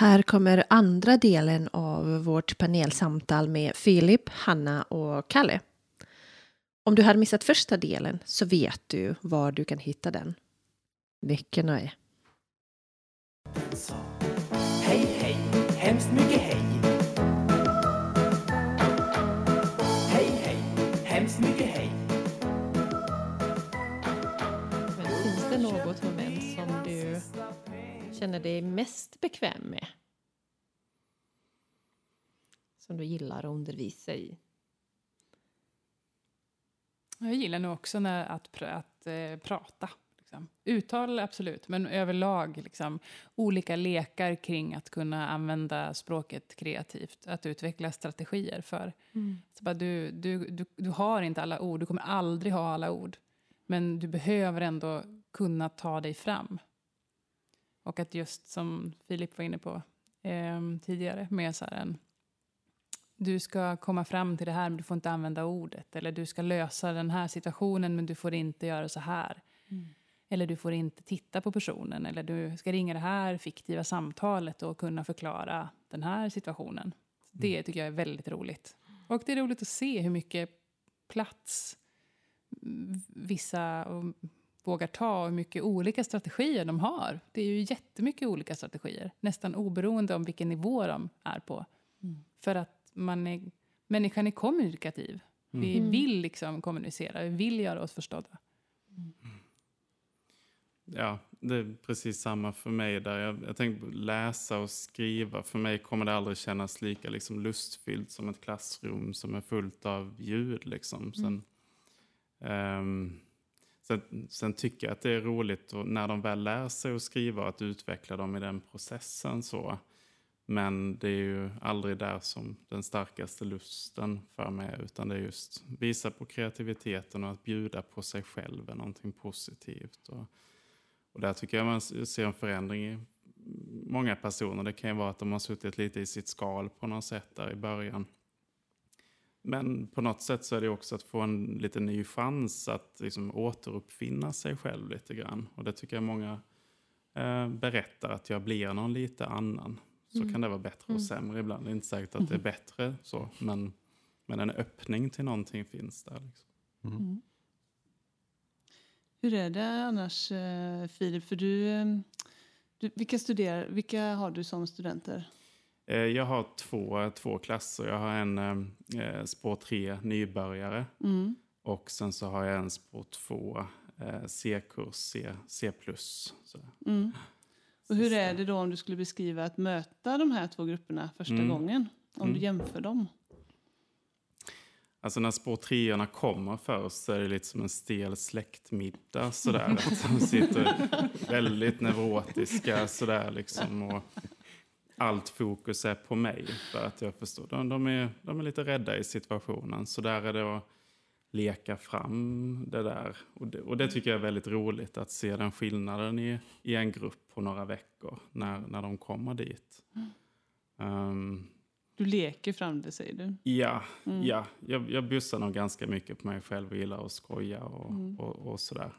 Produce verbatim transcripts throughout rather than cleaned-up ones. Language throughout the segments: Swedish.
Här kommer andra delen av vårt panelsamtal med Filip, Hanna och Kalle. Om du har missat första delen så vet du var du kan hitta den. Mycket nöje. Hej, hej, hemskt mycket hej. Hej, hej, hemskt mycket hej. Men finns det något moment som du känner dig mest bekväm med? Som du gillar att undervisa i? Jag gillar nog också när att, pr- att eh, prata. Liksom. Uttal absolut, men överlag liksom, olika lekar kring att kunna använda språket kreativt. Att utveckla strategier för. Mm. Så bara, du, du, du, du har inte alla ord, du kommer aldrig ha alla ord. Men du behöver ändå kunna ta dig fram. Och att just som Filip var inne på eh, tidigare med så här en... Du ska komma fram till det här men du får inte använda ordet. Eller du ska lösa den här situationen men du får inte göra så här. Mm. Eller du får inte titta på personen. Eller du ska ringa det här fiktiva samtalet och kunna förklara den här situationen. Mm. Det tycker jag är väldigt roligt. Och det är roligt att se hur mycket plats vissa vågar ta och hur mycket olika strategier de har. Det är ju jättemycket olika strategier. Nästan oberoende om vilken nivå de är på. Mm. För att man är, människan är kommunikativ. Mm. Vi vill liksom kommunicera. Vi vill göra oss förstådda. Mm. Ja, det är precis samma för mig där. Jag, jag tänker läsa och skriva. För mig kommer det aldrig kännas lika liksom lustfyllt som ett klassrum som är fullt av ljud. Liksom. Sen, mm. um, sen, sen tycker jag att det är roligt och när de väl lär sig att skriva att utveckla dem i den processen så. Men det är ju aldrig där som den starkaste lusten för mig. Utan det är just visa på kreativiteten och att bjuda på sig själv är någonting positivt. Och, och där tycker jag man ser en förändring i många personer. Det kan ju vara att de har suttit lite i sitt skal på något sätt där i början. Men på något sätt så är det också att få en lite ny chans att liksom återuppfinna sig själv lite grann. Och det tycker jag många eh, berättar att jag blir någon lite annan. Så mm. kan det vara bättre och mm. sämre ibland. Det är inte säkert att det är bättre så. Men, men en öppning till någonting finns där. Liksom. Mm. Mm. Hur är det annars, Filip? För du, du, vilka, studerar, vilka har du som studenter? Jag har två, två klasser. Jag har en eh, spår tre nybörjare. Mm. Och sen så har jag en spår två eh, C-kurs, C, C plus. Så. Mm. Och hur är det då om du skulle beskriva att möta de här två grupperna första mm. gången? Om mm. du jämför dem. Alltså när spår treorna kommer först så är det lite som en stel släktmiddag. Sådär. De sitter väldigt neurotiska sådär liksom. Och allt fokus är på mig för att jag förstår. De, de, är, de är lite rädda i situationen. Så där är det att leka fram det där. Och det, och det tycker jag är väldigt roligt att se den skillnaden i, i en grupp på några veckor när, när de kommer dit. Um, du leker fram det, säger du? Ja, mm. ja. Jag, jag bussar nog ganska mycket på mig själv och gillar att skoja och, mm. och, och sådär.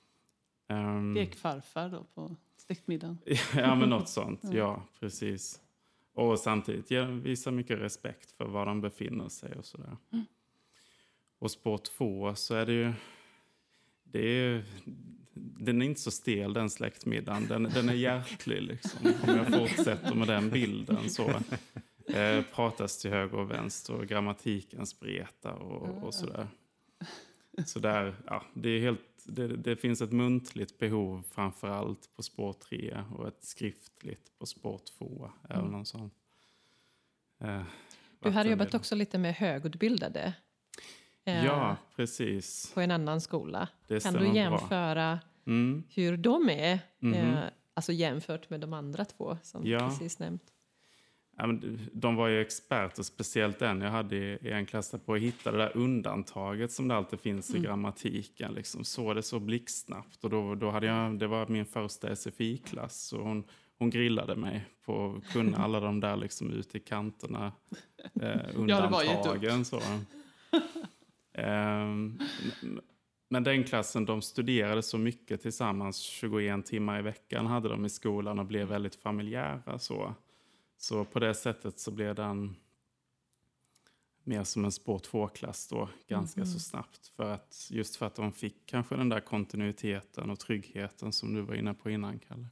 Um, Lekfarfar då på släktmiddagen? Ja, men något sånt. mm. Ja, precis. Och samtidigt ja, visa mycket respekt för var de befinner sig och sådär. Mm. Och spår två så är det ju... Det är, den är inte så stel, den släktmiddagen. Den, den är hjärtlig, liksom. Om jag fortsätter med den bilden så eh, pratas till höger och vänster och grammatiken spretar och, och sådär. Så där, ja, det, är helt, det, det finns ett muntligt behov framförallt på spår tre och ett skriftligt på spår två. Mm. Även någon sån, eh, du har jobbat också lite med högutbildade. Ja, precis. På en annan skola. Det kan du jämföra mm. hur de är mm. eh, alltså jämfört med de andra två som ja. precis nämnt? Ja, men de var ju experter, speciellt den jag hade i, i en klass där på att hitta det där undantaget som det alltid finns mm. i grammatiken. Liksom. Så det så blixtsnabbt. Och då, då hade jag, det var min första S F I-klass och hon, hon grillade mig på att kunna alla de där liksom ut i kanterna eh, undantagen. Ja, så. Um, men den klassen, de studerade så mycket tillsammans, tjugoen timmar i veckan hade de i skolan och blev väldigt familjära så. Så på det sättet så blev den mer som en sport två-klass då ganska Mm. så snabbt. För att, just för att de fick kanske den där kontinuiteten och tryggheten som du var inne på innan, Kalle.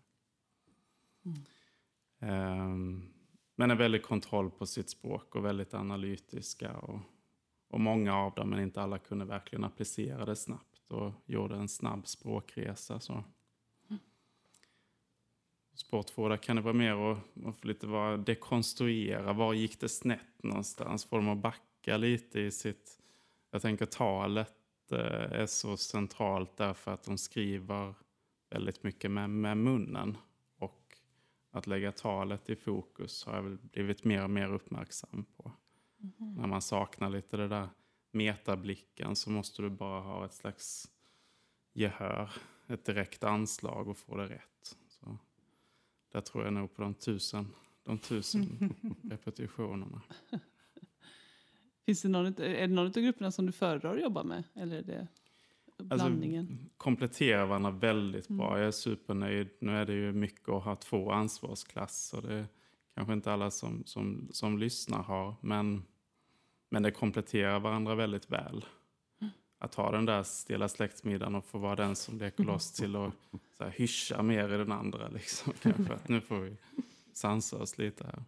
Mm. Um, men en väldigt kontroll på sitt språk och väldigt analytiska. Och, och många av dem, men inte alla, kunde verkligen applicera det snabbt och gjorde en snabb språkresa. Så. Mm. Sport två, där kan det vara mer och, och lite vara dekonstruera. Var gick det snett någonstans? Får de att backa lite i sitt... Jag tänker talet eh, är så centralt därför att de skriver väldigt mycket med, med munnen. Och att lägga talet i fokus har jag väl blivit mer och mer uppmärksam på. Mm. När man saknar lite det där metablicken så måste du bara ha ett slags gehör. Ett direkt anslag och få det rätt. Så där tror jag nog på de tusen, de tusen repetitionerna. Finns det någon, är det någon av grupperna som du föredrar att jobba med? Eller är det blandningen? Alltså, kompletterar varandra väldigt bra. Mm. Jag är supernöjd. Nu är det ju mycket att ha två ansvarsklasser. Det är kanske inte alla som, som, som lyssnar har. Men, men det kompletterar varandra väldigt väl. Mm. Att ha den där stela släktsmiddagen och få vara den som leker loss till att så här, hyscha mer i den andra. Liksom, kanske. Att nu får vi sansa oss lite här.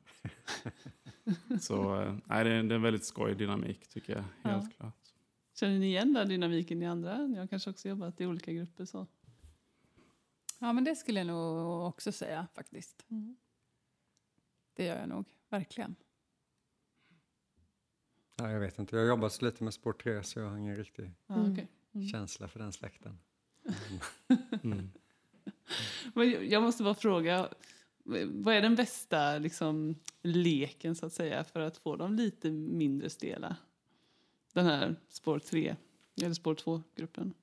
Så nej, det är en väldigt skoj dynamik tycker jag. Helt Ja. klart. Känner ni igen den dynamiken i andra? Ni har kanske också jobbat i olika grupper så. Ja, men det skulle jag nog också säga faktiskt. Mm. Det gör jag nog, verkligen. Ja, jag vet inte, jag har jobbat så lite med sport tre så jag har ingen riktig Ja, Mm. okej. Mm. känsla för den släkten. Mm. Men jag måste bara fråga, vad är den bästa liksom, leken så att säga för att få dem lite mindre stela? Den här spår tre eller spår två-gruppen.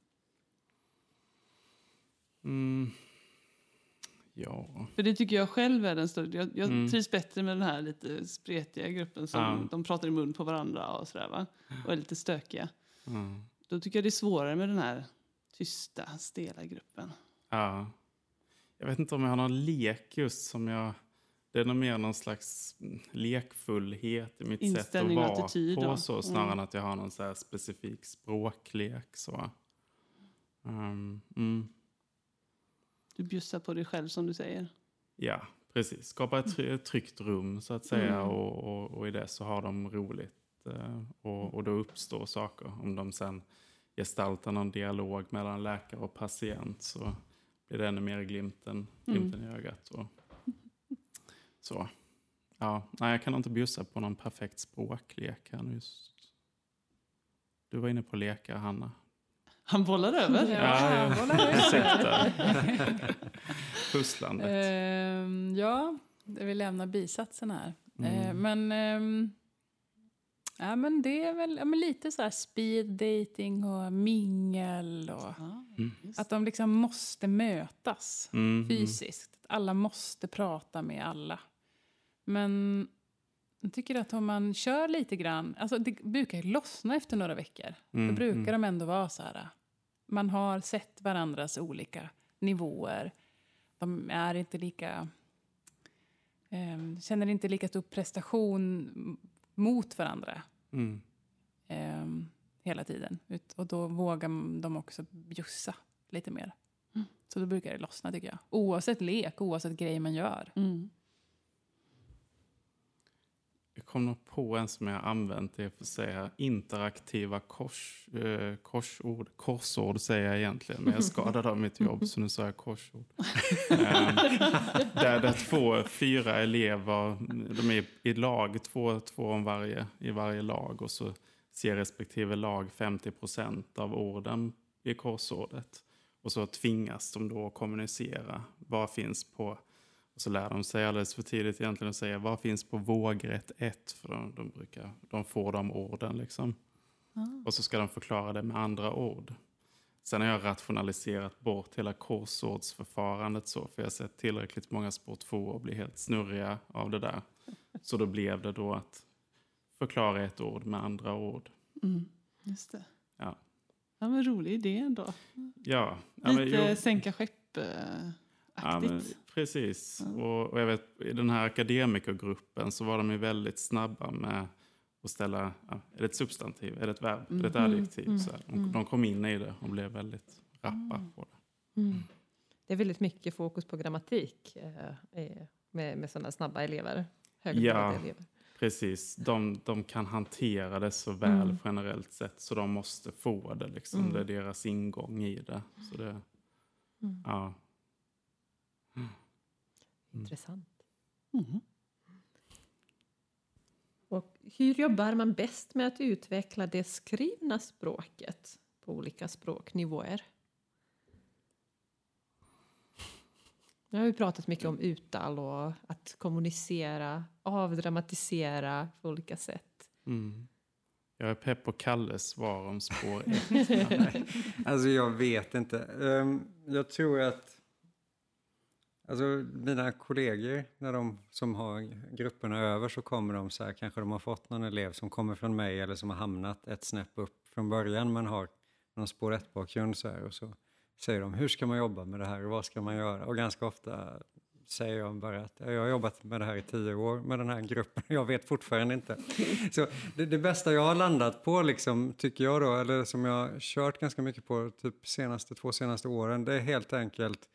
Mm. Ja. För det tycker jag själv är den större. Jag, jag Mm. trivs bättre med den här lite spretiga gruppen som Ja. de pratar i mun på varandra och sådär va. Och är lite stökiga. Mm. Då tycker jag det är svårare med den här tysta, stela gruppen. Ja. Jag vet inte om jag har någon lek just som jag... Det är nog mer någon slags lekfullhet i mitt sätt att Inställning och vara attityd, på ja. så. Snarare Mm. än att jag har någon så här specifik språklek. Så. Um, mm. Du bjussar på dig själv som du säger. Ja, precis. Skapa ett, try- ett tryggt rum så att säga. Mm. Och, och, och i det så har de roligt. eh, Och, och då uppstår saker. Om de sen gestaltar någon dialog mellan läkare och patient så blir det ännu mer glimten, glimten i ögat. Och, så. Ja, nej, jag kan inte bjussa på någon perfekt språklek här nu just. Du var inne på lekar, Hanna. Han bollar över. Ja, ja. bollar över. Ursäkta. Pusslandet. Ehm, ja, vi lämnar bisatsen här. Mm. Eh, men, ehm, ja, men det är väl ja, men lite så här speed dating och mingel. Och Ja, Mm. just. att de liksom måste mötas Mm, fysiskt. Att alla måste prata med alla. Men jag tycker att om man kör lite grann, alltså det brukar ju lossna efter några veckor. mm, Då brukar mm. de ändå vara så här. Man har sett varandras olika nivåer. De är inte lika, eh, känner inte lika stor prestation mot varandra Mm. eh, hela tiden. Ut, och då vågar de också bjussa lite mer. Mm. Så då brukar det lossna tycker jag. Oavsett lek, oavsett grej man gör. Mm. Jag kom nog på en som jag har använt, det är för att säga interaktiva kors, eh, korsord. Korsord säger jag egentligen, men jag skadade av mitt jobb så nu sa jag korsord. eh, där det är två, fyra elever, de är i lag, två, två om varje, i varje lag och så ser respektive lag femtio procent av orden i korsordet. Och så tvingas de då att kommunicera vad finns på. Och så lär de sig alldeles för tidigt egentligen att säga vad finns på vågrätt ett. För de, de, brukar, de får de orden liksom. Ah. Och så ska de förklara det med andra ord. Sen har jag rationaliserat bort hela korsordsförfarandet så. För jag har sett tillräckligt många sport två bli helt snurriga av det där. Så då blev det då att förklara ett ord med andra ord. Mm. Just det. Ja. Ja, men rolig idé ändå. Ja, ja men, Lite jo, sänka skepp. eh, Ja, men, precis. Ja. Och, och jag vet, i den här akademikergruppen så var de ju väldigt snabba med att ställa, ja, är det ett substantiv, är det ett verb, är det ett adjektiv? Mm. Så här. De, de kom in i det och blev väldigt rappa på det. Mm. Det är väldigt mycket fokus på grammatik eh, med, med sådana snabba elever. Högutbildade Ja. elever. Precis, de, de kan hantera det så väl Mm. generellt sett så de måste få det. Liksom. Mm. Det är deras ingång i det. Så det Mm. ja. Intressant. Mm. Och hur jobbar man bäst med att utveckla det skrivna språket på olika språknivåer? Nu har vi pratat mycket om uttal och att kommunicera, avdramatisera på olika sätt. Mm. Jag är pepp på Kalles svar om spår ett. Alltså jag vet inte. Um, jag tror att alltså mina kollegor, när de som har grupperna över så kommer de så här, kanske de har fått någon elev som kommer från mig eller som har hamnat ett snäpp upp från början men har någon spår ett bakgrund så här och så säger de hur ska man jobba med det här och vad ska man göra och ganska ofta säger jag bara att jag har jobbat med det här i tio år med den här gruppen. Jag vet fortfarande inte. Så det, det bästa jag har landat på liksom, tycker jag då, eller som jag har kört ganska mycket på typ senaste, två senaste åren, det är helt enkelt,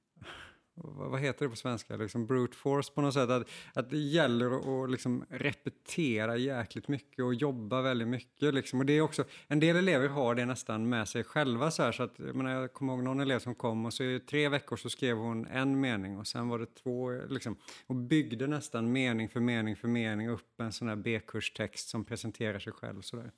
vad heter det på svenska, liksom brute force på något sätt, att, att det gäller att, att liksom repetera jäkligt mycket och jobba väldigt mycket liksom. Och det är också, en del elever har det nästan med sig själva så här, så att jag, menar, jag kommer ihåg någon elev som kom och så i tre veckor så skrev hon en mening och sen var det två liksom, och byggde nästan mening för mening för mening upp en sån här B-kurstext som presenterar sig själv så där.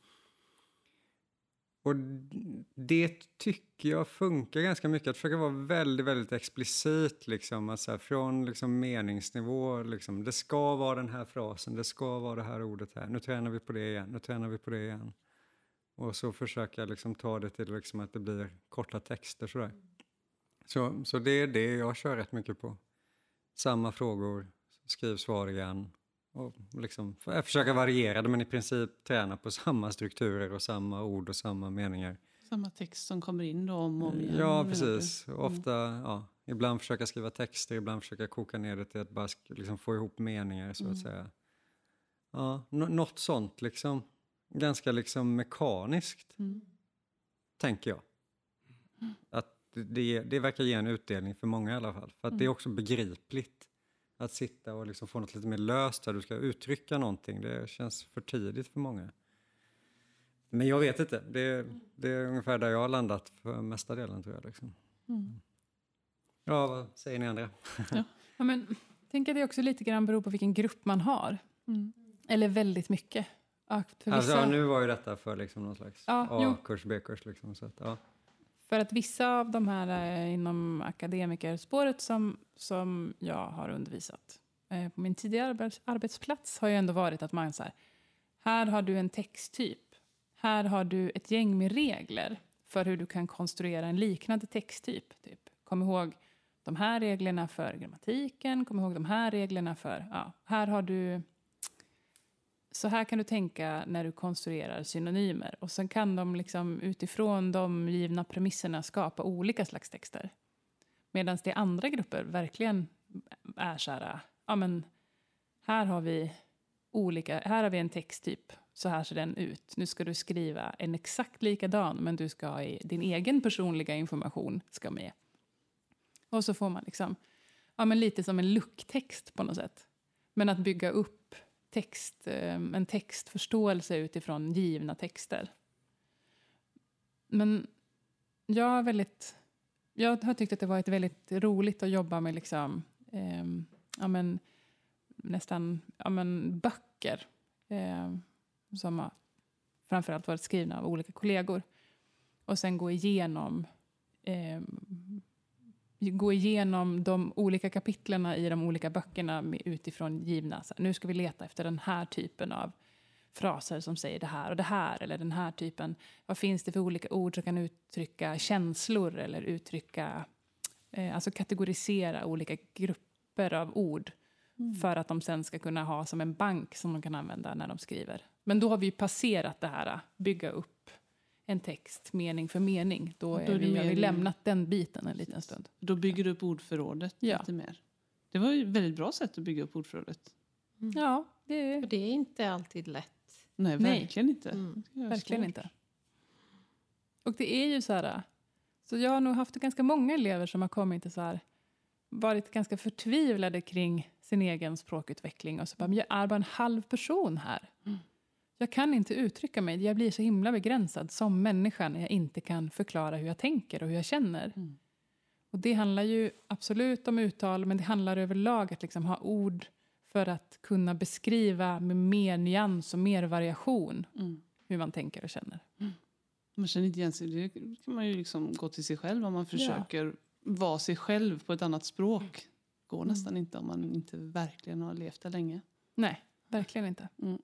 Och det tycker jag funkar ganska mycket. Att försöka vara väldigt, väldigt explicit. Liksom, att så här, från liksom, meningsnivå. Liksom, det ska vara den här frasen. Det ska vara det här ordet här. Nu tränar vi på det igen. Nu tränar vi på det igen. Och så försöka liksom, ta det till liksom, att det blir korta texter. Sådär. Så, så det är det jag kör rätt mycket på. Samma frågor. Skriv svar igen. Och liksom, försöka variera det men i princip träna på samma strukturer och samma ord och samma meningar. Samma text som kommer in då om och om igen. Ja, precis. Och ofta, ja, ibland försöka skriva texter, ibland försöka koka ner det till att bara liksom få ihop meningar så att Mm. säga. Ja, n- något sånt liksom. Ganska liksom mekaniskt, Mm. tänker jag. Att det, det verkar ge en utdelning för många i alla fall. För att det är också begripligt. Att sitta och liksom få något lite mer löst där du ska uttrycka någonting. Det känns för tidigt för många. Men jag vet inte. Det, det är ungefär där jag har landat för mesta delen tror jag. Liksom. Mm. Ja, vad säger ni andra? Ja, men, tänk att det också lite grann beror på vilken grupp man har. Mm. Eller väldigt mycket. Ja, för, Alltså vissa, ja, nu var ju detta för liksom någon slags Ja, jo. A-kurs, B-kurs. Liksom, så att, ja. för att vissa av de här eh, inom akademikerspåret som, som jag har undervisat eh, på min tidigare arbets- arbetsplats har ju ändå varit att man så här, här har du en texttyp. Här har du ett gäng med regler för hur du kan konstruera en liknande texttyp. Typ. Kom ihåg de här reglerna för grammatiken. Kom ihåg de här reglerna för... Ja, här har du... Så här kan du tänka när du konstruerar synonymer. Och sen kan de liksom utifrån de givna premisserna skapa olika slags texter. Medan det andra grupper verkligen är så här... Ja, men här har vi olika... Här har vi en texttyp. Så här ser den ut. Nu ska du skriva en exakt likadan. Men du ska i din egen personliga information ska med. Och så får man liksom... Ja, men lite som en lucktext på något sätt. Men att bygga upp text, en textförståelse utifrån givna texter. Men jag har väldigt... Jag har tyckt att det varit väldigt roligt att jobba med liksom... Eh, ja, men, nästan ja, men, böcker. Eh, som har framförallt varit skrivna av olika kollegor. Och sen gå igenom... Eh, gå igenom de olika kapitlerna i de olika böckerna med, utifrån givna. Så nu ska vi leta efter den här typen av fraser som säger det här och det här. Eller den här typen. Vad finns det för olika ord som kan uttrycka känslor eller uttrycka... Eh, alltså kategorisera olika grupper av ord. Mm. För att de sen ska kunna ha som en bank som de kan använda när de skriver. Men då har vi ju passerat det här. Bygga upp en text mening för mening. Då, Då är är det vi, har vi mer- lämnat den biten en liten stund. Då bygger du upp ordförrådet Ja. lite mer. Det var ju ett väldigt bra sätt att bygga upp ordförrådet. Ja, det För det är inte alltid lätt. Nej, Nej. verkligen inte. Mm. Det är verkligen svårt. inte. Och det är ju så här. Så jag har nog haft ganska många elever som har kommit till så här. Varit ganska förtvivlade kring sin egen språkutveckling. Och så bara, men jag är bara en halv person här. Mm. Jag kan inte uttrycka mig. Jag blir så himla begränsad som människa när jag inte kan förklara hur jag tänker och hur jag känner. Mm. Och det handlar ju absolut om uttal, men det handlar överlag att liksom ha ord för att kunna beskriva med mer nyans och mer variation Mm. hur man tänker och känner. Man känner inte igen sig. Det kan man ju liksom gå till sig själv om man försöker vara sig själv på ett annat språk. Går Mm. nästan inte om man inte verkligen har levt där länge. Nej, verkligen inte. Mm.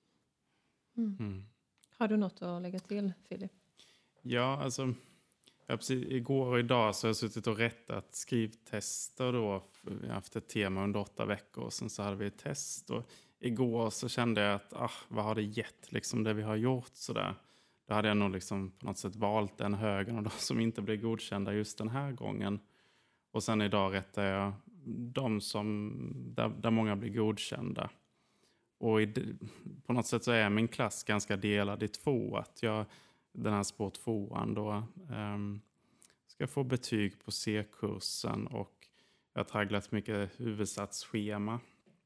Mm. Har du något att lägga till, Filip? Ja, alltså jag precis, igår och idag så har jag suttit och rättat skrivtester då. Vi har haft ett tema under åtta veckor och sen så hade vi ett test. Och igår så kände jag att ah, vad har det gett liksom det vi har gjort sådär. Då hade jag nog liksom på något sätt valt den högen och de som inte blev godkända just den här gången. Och sen idag rättar jag de som, där, där många blir godkända. Och i, på något sätt så är min klass ganska delad i två. Att jag, den här spår tvåan då, um, ska få betyg på C-kursen. Och jag har tragglat mycket huvudsatsschema.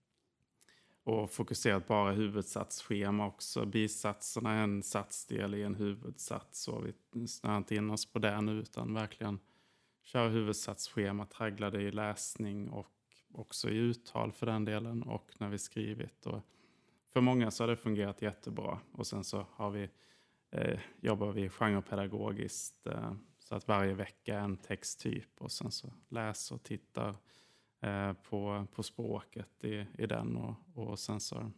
Och fokuserat bara huvudsatsschema också. Bisatserna är en satsdel i en huvudsats. Så vi snör inte in oss på det nu utan verkligen kör huvudsatsschema, tragglade i läsning och också i uttal för den delen och när vi skrivit. Och för många så har det fungerat jättebra. Och sen så har vi, eh, jobbar vi genrepedagogiskt eh, så att varje vecka är en texttyp och sen så läser och tittar eh, på, på språket i, i den och, och sen så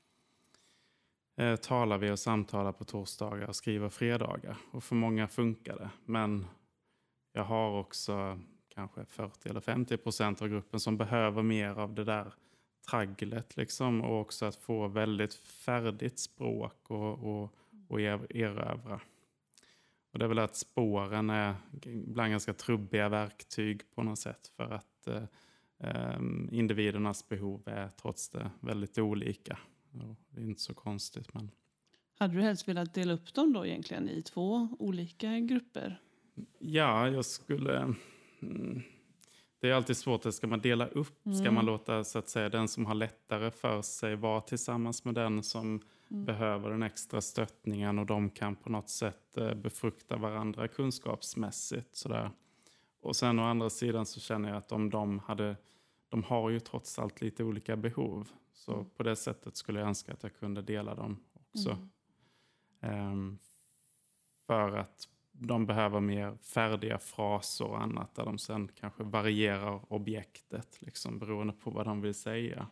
eh, talar vi och samtalar på torsdagar och skriver fredagar. Och för många funkar det, men jag har också kanske fyrtio eller femtio procent av gruppen som behöver mer av det där tragglet liksom. Och också att få väldigt färdigt språk och, och, och er, erövra. Och det är väl att spåren är ibland ganska trubbiga verktyg på något sätt. För att eh, eh, individernas behov är trots det väldigt olika. Och det är inte så konstigt. Men... Hade du helst velat dela upp dem då egentligen i två olika grupper? Ja, jag skulle... Mm, det är alltid svårt. Ska man dela upp? Ska Mm. man låta så att säga, den som har lättare för sig vara tillsammans med den som mm. behöver den extra stöttningen och de kan på något sätt eh, befrukta varandra kunskapsmässigt. Sådär. Och sen å andra sidan så känner jag att om de hade... De har ju trots allt lite olika behov. Så mm. på det sättet skulle jag önska att jag kunde dela dem också. Mm. Um, för att de behöver mer färdiga fraser och annat där de sen kanske varierar objektet liksom, beroende på vad de vill säga.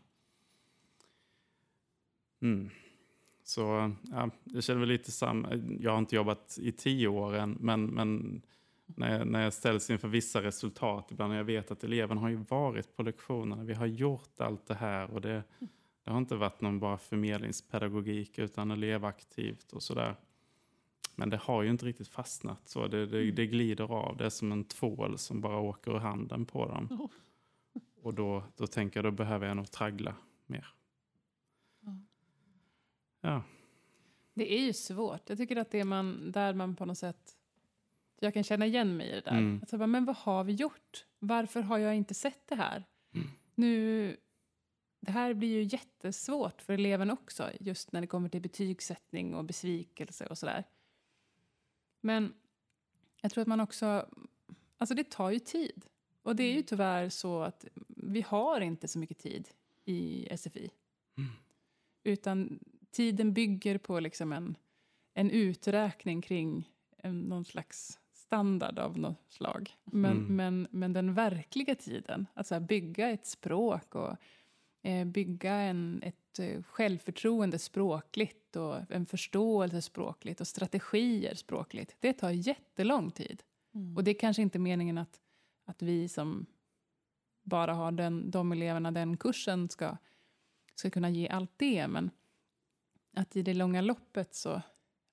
Mm. Så ja, jag känner väl lite samma. Jag har inte jobbat i tio år än, men, men när, jag, när jag ställs inför vissa resultat ibland när jag vet att eleven har ju varit på lektionerna, vi har gjort allt det här och det, det har inte varit någon bara förmedlingspedagogik utan elevaktivt och sådär. Men det har ju inte riktigt fastnat så. Det, det, det glider av. Det är som en tvål som bara åker ur handen på dem. Oh. Och då, då tänker jag, då behöver jag nog traggla mer. Oh. Ja. Det är ju svårt. Jag tycker att det är man, där man på något sätt... Jag kan känna igen mig i det där. Mm. Att säga, men vad har vi gjort? Varför har jag inte sett det här? Mm. Nu... Det här blir ju jättesvårt för eleven också. Just när det kommer till betygssättning och besvikelse och sådär. Men jag tror att man också... Alltså det tar ju tid. Och det är ju tyvärr så att vi har inte så mycket tid i S F I. Mm. Utan tiden bygger på liksom en, en uträkning kring en, någon slags standard av något slag. Men, mm. men, men den verkliga tiden, alltså bygga ett språk och eh, bygga en, ett eh, självförtroende språkligt och en förståelse språkligt och strategier språkligt. Det tar jättelång tid. Mm. Och det är kanske inte meningen att, att vi som bara har den, de eleverna den kursen ska, ska kunna ge allt det. Men att i det långa loppet så...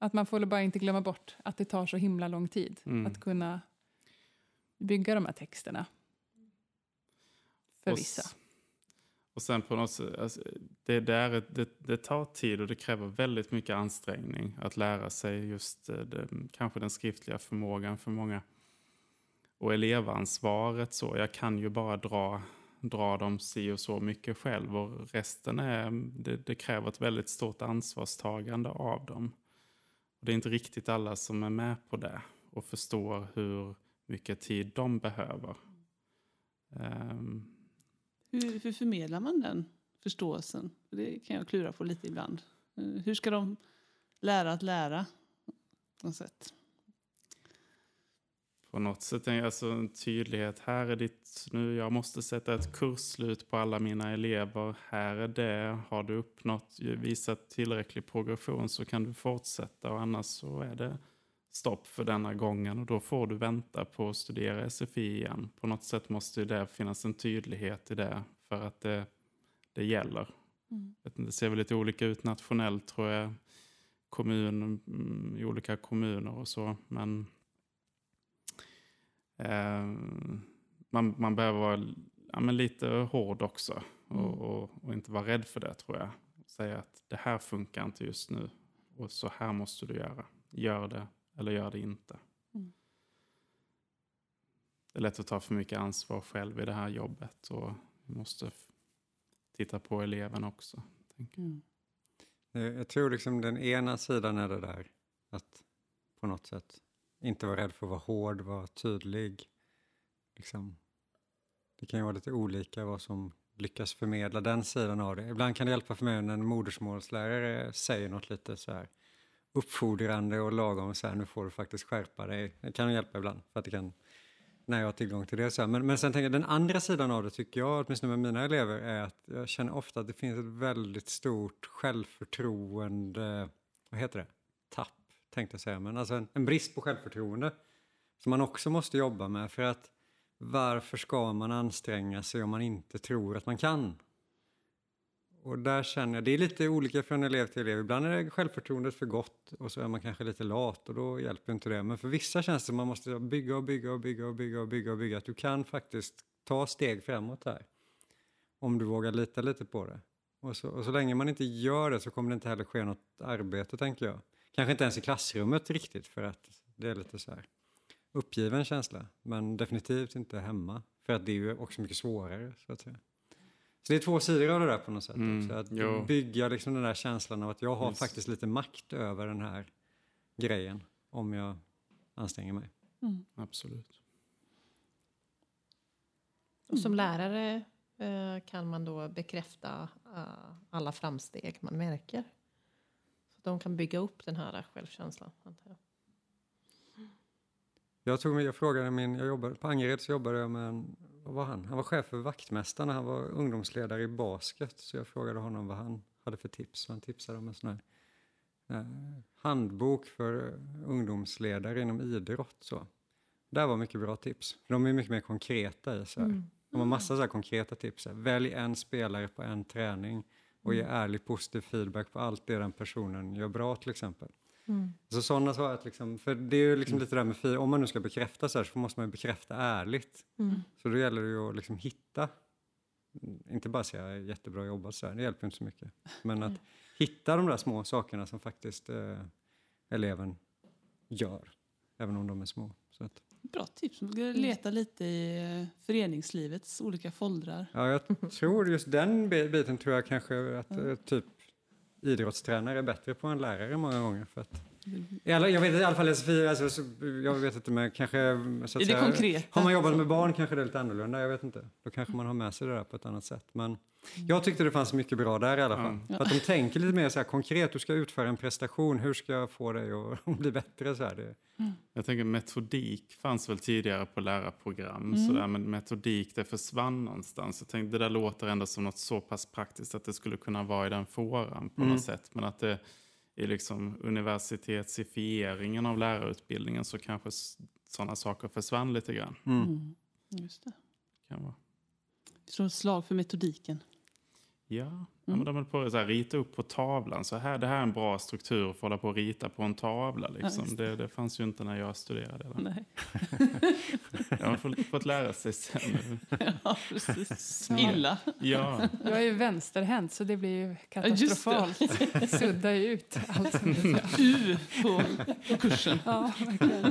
Att man får bara inte glömma bort att det tar så himla lång tid Mm. att kunna bygga de här texterna. För Och vissa. s- Och sen på något sätt, alltså, det, där, det, det tar tid och det kräver väldigt mycket ansträngning att lära sig just eh, det, kanske den skriftliga förmågan för många. Och elevansvaret så, jag kan ju bara dra, dra dem si och så mycket själv och resten är, det, det kräver ett väldigt stort ansvarstagande av dem. Och det är inte riktigt alla som är med på det och förstår hur mycket tid de behöver. Um, Hur, hur förmedlar man den förståelsen? Det kan jag klura på lite ibland. Eh, Hur ska de lära att lära? På något sätt. På något sätt är alltså en tydlighet. Här är ditt, nu jag måste sätta ett kursslut på alla mina elever. Här är det. Har du uppnått, visat tillräcklig progression så kan du fortsätta. Och annars så är det stopp för denna gången. Och då får du vänta på att studera S F I igen. På något sätt måste ju det finnas en tydlighet i det. För att det, det gäller. Mm. Det ser väl lite olika ut nationellt tror jag. Kommun, i olika kommuner och så. Men... Eh, man, man behöver vara ja, men lite hård också och, Mm. och, och inte vara rädd för det tror jag. Säga att det här funkar inte just nu och så här måste du göra. Gör det eller gör det inte. Mm. Det är lätt att ta för mycket ansvar själv i det här jobbet och vi måste f- titta på eleven också. tänker jag. Mm. Jag jag tror liksom den ena sidan är det där att på något sätt inte vara rädd för att vara hård, vara tydlig. Liksom. Det kan ju vara lite olika vad som lyckas förmedla den sidan av det. Ibland kan det hjälpa för mig när en modersmålslärare säger något lite så här uppfordrande och lagom så här, nu får du faktiskt skärpa dig. Det kan hjälpa ibland för att det kan, när jag har tillgång till det. Så här. Men, men sen tänker jag, den andra sidan av det tycker jag, åtminstone med mina elever, är att jag känner ofta att det finns ett väldigt stort självförtroende, vad heter det? Tapp, tänkte jag säga. Men alltså en, en brist på självförtroende som man också måste jobba med. För att varför ska man anstränga sig om man inte tror att man kan? Och där känner jag, det är lite olika från elev till elev. Ibland är det självförtroendet för gott och så är man kanske lite lat och då hjälper inte det. Men för vissa känns det som man måste bygga och bygga och bygga och bygga och bygga och bygga. Att du kan faktiskt ta steg framåt här. Om du vågar lita lite på det. Och så, och så länge man inte gör det så kommer det inte heller ske något arbete, tänker jag. Kanske inte ens i klassrummet riktigt, för att det är lite så här uppgiven känsla. Men definitivt inte hemma. För att det är ju också mycket svårare, så att säga. Så det är två sidor av det där på något sätt. Mm, så att jo. bygga liksom den där känslan av att jag har Just. faktiskt lite makt över den här grejen. Om jag anstränger mig. Mm. Absolut. Och som lärare eh, kan man då bekräfta eh, alla framsteg man märker. Så de kan bygga upp den här självkänslan, antar jag. Jag, tog, jag frågade min, jag jobbade, på Angered så jobbade jag med en, vad var han? Han var chef för vaktmästarna, han var ungdomsledare i basket. Så jag frågade honom vad han hade för tips. Han tipsade om en sån här eh, handbok för ungdomsledare inom idrott. Så. Där var mycket bra tips. De är mycket mer konkreta i så här. De har massa så här konkreta tips. Så här. Välj en spelare på en träning och ge ärlig positiv feedback på allt det den personen gör bra till exempel. Mm. Så sådana så att liksom, för det är ju liksom lite det där med feedback. Om man nu ska bekräfta så här så måste man ju bekräfta ärligt. Mm. Så då gäller det ju att liksom hitta, inte bara säga jättebra jobbat så här, det hjälper inte så mycket. Men att hitta de där små sakerna som faktiskt eh, eleven gör, även om de är små. Så att, Bra tips. Man ska leta lite i eh, föreningslivets olika foldrar. ja, jag tror just den biten tror jag kanske att eh, typ idrottstränare är bättre på än lärare många gånger. För att, i alla, jag vet i alla fall S F I, alltså, så, jag vet inte, men kanske så att Är det säga, konkreta? har man jobbat med barn kanske det är lite annorlunda, jag vet inte. Då kanske man har med sig det där på ett annat sätt. Men jag tyckte det fanns mycket bra där i alla fall. Ja. För att de tänker lite mer så här konkret, du ska utföra en prestation, hur ska jag få dig att bli bättre? Så här, det, Jag tänker metodik fanns väl tidigare på lärarprogram. Mm. Så där, men metodik det försvann någonstans. Jag tänkte det där låter ändå som något så pass praktiskt att det skulle kunna vara i den fåran på Mm. något sätt. Men att det är liksom universitetsifieringen av lärarutbildningen så kanske sådana saker försvann lite grann. mm. Mm. Just det. Kan vara. Vi slår ett slag för metodiken. Ja, ja men de höll på att så här, rita upp på tavlan. Så här, det här är en bra struktur för att hålla på att rita på en tavla. Liksom. Ja, det. Det, det fanns ju inte när jag studerade. Nej. Jag har fått, fått lära sig sen. Ja, precis. Illa. Ja. Jag är ju vänsterhänt så det blir ju just katastrofalt. Sudda ut allt som är bra. U på, på kursen. Ja, verkligen.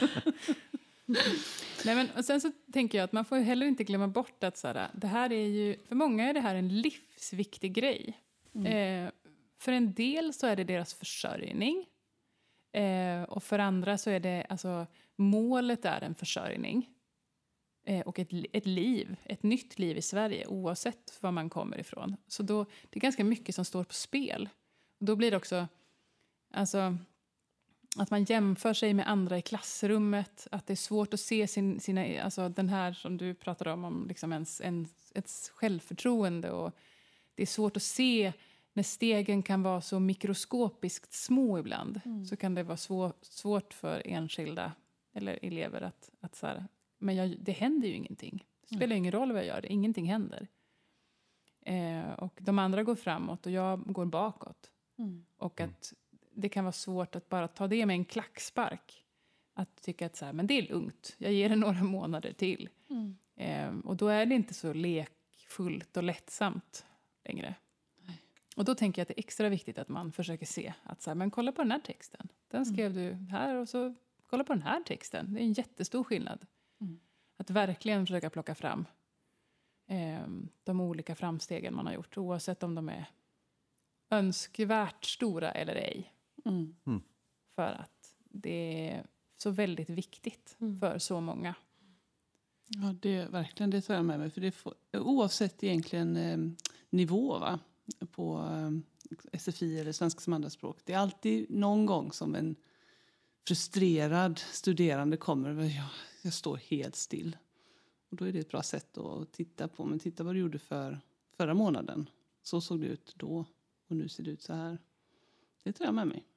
Nej, men, och sen så tänker jag att man får ju heller inte glömma bort att så här, det här är ju, för många är det här en livsviktig grej. Mm. Eh, för en del så är det deras försörjning. Eh, och för andra så är det, alltså målet är en försörjning. Eh, och ett, ett liv, ett nytt liv i Sverige oavsett var man kommer ifrån. Så då, det är ganska mycket som står på spel. Och då blir det också, alltså... Att man jämför sig med andra i klassrummet. Att det är svårt att se sin, sina... Alltså den här som du pratade om. om liksom ens, ens, ens självförtroende. Och det är svårt att se när stegen kan vara så mikroskopiskt små ibland. Mm. Så kan det vara svår, svårt för enskilda eller elever att... att så här, men jag, det händer ju ingenting. Det spelar mm. ingen roll vad jag gör. Ingenting händer. Eh, och de andra går framåt och jag går bakåt. Mm. Och att... Det kan vara svårt att bara ta det med en klackspark. Att tycka att så här, men det är lugnt. Jag ger det några månader till. Mm. Eh, och då är det inte så lekfullt och lättsamt längre. Nej. Och då tänker jag att det är extra viktigt att man försöker se. Att så här, men kolla på den här texten. Den skrev mm. du här och så kolla på den här texten. Det är en jättestor skillnad. Mm. Att verkligen försöka plocka fram eh, de olika framstegen man har gjort. Oavsett om de är önskvärt stora eller ej. Mm. Mm. För att det är så väldigt viktigt mm. för så många. Ja, det är verkligen, det tar jag med mig. För det får, oavsett egentligen eh, nivå va? På eh, S F I eller svenska som andraspråk. Det är alltid någon gång som en frustrerad studerande kommer och jag, jag står helt still. Och då är det ett bra sätt att titta på. Men titta vad du gjorde för förra månaden. Så såg det ut då. Och nu ser det ut så här. Det tar jag med mig.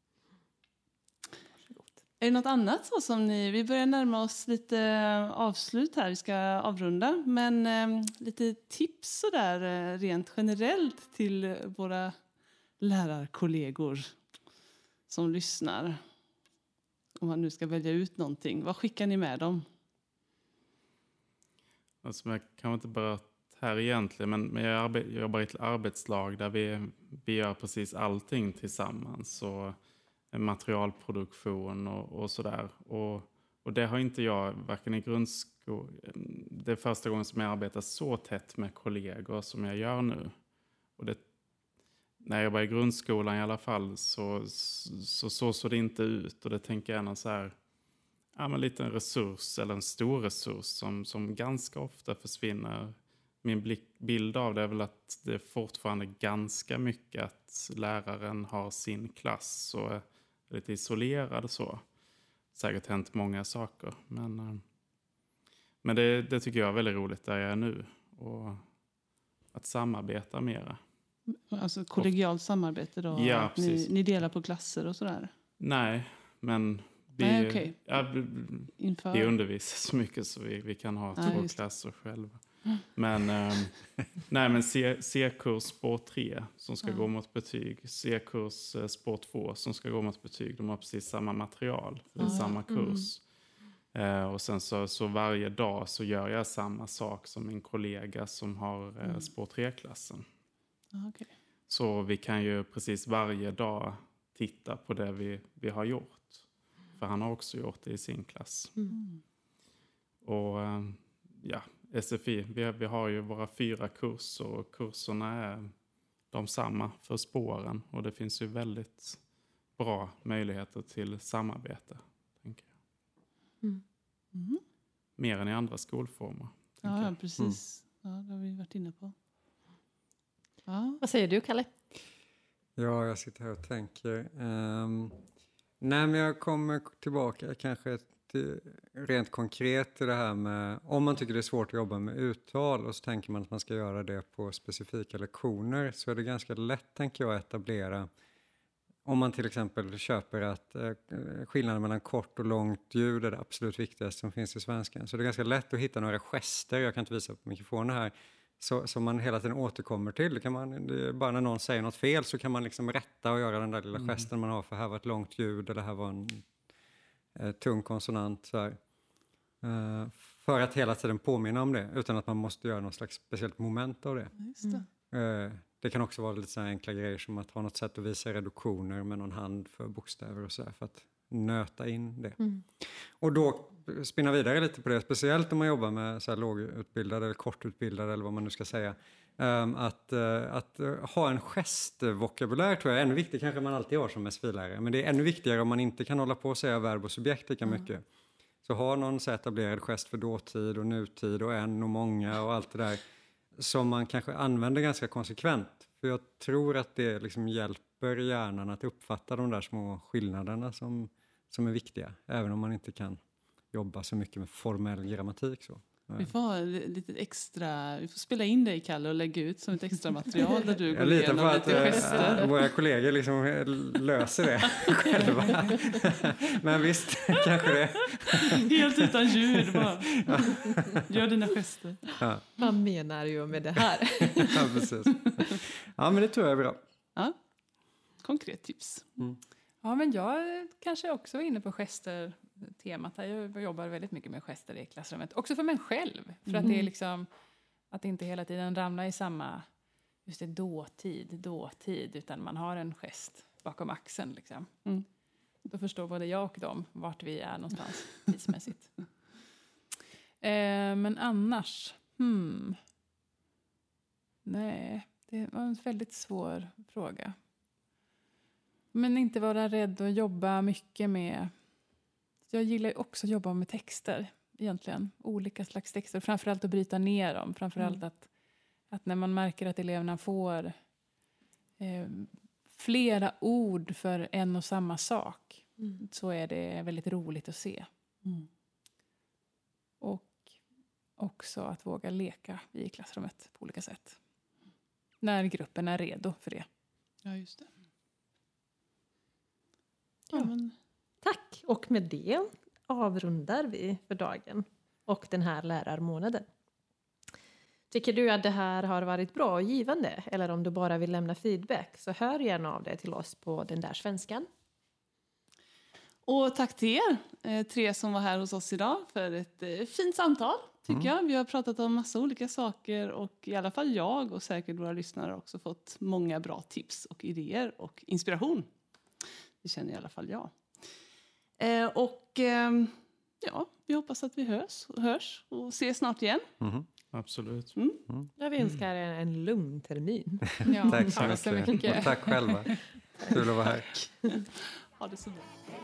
Är det något annat så som ni... Vi börjar närma oss lite avslut här. Vi ska avrunda. Men eh, lite tips så där eh, rent generellt till våra lärarkollegor som lyssnar. Om man nu ska välja ut någonting. Vad skickar ni med dem? Alltså, jag kan inte berört här egentligen, men, men jag, arbe- jag jobbar i ett arbetslag där vi, vi gör precis allting tillsammans. Så materialproduktion och, och sådär. Och, och det har inte jag, varken i grundskolan, det är första gången som jag arbetar så tätt med kollegor som jag gör nu. Och det, när jag jobbar i grundskolan i alla fall så så, så såg det inte ut. Och det tänker jag gärna så här, ja, men en liten resurs eller en stor resurs som, som ganska ofta försvinner. Min blick, bild av det är väl att det är fortfarande ganska mycket att läraren har sin klass och är lite isolerad och så. Säkert hänt många saker. Men, men det, det tycker jag är väldigt roligt där jag är nu. Och att samarbeta mera. Alltså kollegialt samarbete då? Ja, att ni, ni delar på klasser och sådär? Nej, men vi, Nej, okay. ja, Inför... vi undervisar så mycket så vi, vi kan ha ja, två klasser själva. Men, ähm, nej, men C- C-kurs spår tre som ska ja. gå mot betyg. C-kurs eh, spår två som ska gå mot betyg. De har precis samma material. Det är ja. samma kurs. Mm. Eh, och sen så, så varje dag så gör jag samma sak som min kollega som har eh, mm. spår tre-klassen. Ja, okay. Så vi kan ju precis varje dag titta på det vi, vi har gjort. För han har också gjort det i sin klass. Mm. Och äh, ja, S F I, vi, vi har ju våra fyra kurser och kurserna är de samma för spåren. Och det finns ju väldigt bra möjligheter till samarbete, tänker jag. Mm. Mm. Mer än i andra skolformer. Ja, ja, precis. Mm. Ja, det har vi varit inne på. Ja. Vad säger du, Kalle? Ja, jag sitter här och tänker. Um, nej, men jag kommer tillbaka kanske till, rent konkret till det här med... Om man tycker det är svårt att jobba med uttal och så tänker man att man ska göra det på specifika lektioner, så är det ganska lätt, tänker jag, att etablera. Om man till exempel köper att eh, skillnaden mellan kort och långt ljud är det absolut viktigaste som finns i svenskan. Så det är ganska lätt att hitta några gester. Jag kan inte visa på mikrofonen här. så, som man hela tiden återkommer till. Det kan man, det, bara när någon säger något fel så kan man liksom rätta och göra den där lilla Mm. gesten man har, för här var ett långt ljud eller här var en eh, tung konsonant. Så här. Eh, för att hela tiden påminna om det utan att man måste göra något slags speciellt moment av det. Just det. Eh, det kan också vara lite så här enkla grejer som att ha något sätt att visa reduktioner med någon hand för bokstäver och så här, för att nöta in det. Mm. Och då spinna vidare lite på det, speciellt om man jobbar med så här lågutbildade eller kortutbildade eller vad man nu ska säga. Um, att uh, att uh, ha en gestvokabulär tror jag är ännu viktigt, kanske man alltid har som S F I-lärare, men det är ännu viktigare om man inte kan hålla på och säga verb och subjekt lika Mm. mycket. Så ha någon så etablerad gest för dåtid och nutid och en och många och allt det där som man kanske använder ganska konsekvent. För jag tror att det liksom hjälper hjärnan att uppfatta de där små skillnaderna som, som är viktiga. Även om man inte kan jobba så mycket med formell grammatik. Så. Vi får ha lite extra, vi får spela in dig, Kalle, och lägga ut som ett extra material där du Jag går litar på igenom att lite äh, gester. våra kollegor liksom löser det själva. Men visst, kanske det. Helt utan ljud bara. Gör dina gester. Ja, Vad menar du med det här? ja, precis. Ja, men det tror jag är bra. Ja. Konkret tips. Ja, men jag kanske också var inne på gester temat här. Jag jobbar väldigt mycket med gester i klassrummet. Också för mig själv. För att det är liksom att inte hela tiden ramla i samma just det, dåtid, dåtid. Utan man har en gest bakom axeln liksom. Mm. Då förstår både jag och dem vart vi är någonstans tidsmässigt. eh, men annars, hmm. Nej, det var en väldigt svår fråga. Men inte vara rädd att jobba mycket med... Jag gillar ju också att jobba med texter egentligen. Olika slags texter. Framförallt att bryta ner dem. Framförallt Mm. att, att när man märker att eleverna får eh, flera ord för en och samma sak. Mm. Så är det väldigt roligt att se. Mm. Och också att våga leka i klassrummet på olika sätt. När gruppen är redo för det. Ja, just det. Ja, men Tack! Och med det avrundar vi för dagen och den här lärarmånaden. Tycker du att det här har varit bra och givande? Eller om du bara vill lämna feedback så hör gärna av dig till oss på Den där svenskan. Och tack till er, eh, tre som var här hos oss idag, för ett eh, fint samtal, tycker jag. Vi har pratat om massa olika saker och i alla fall jag och säkert våra lyssnare har också fått många bra tips och idéer och inspiration. Det känner i alla fall jag. Eh, och eh, ja, vi hoppas att vi hörs, hörs och ses snart igen. Mhm. Absolut. Jag vill önska er en, en lugn termin. Ja, Tack så mycket. Och tack själva. Kul att vara här. Ha det så bra.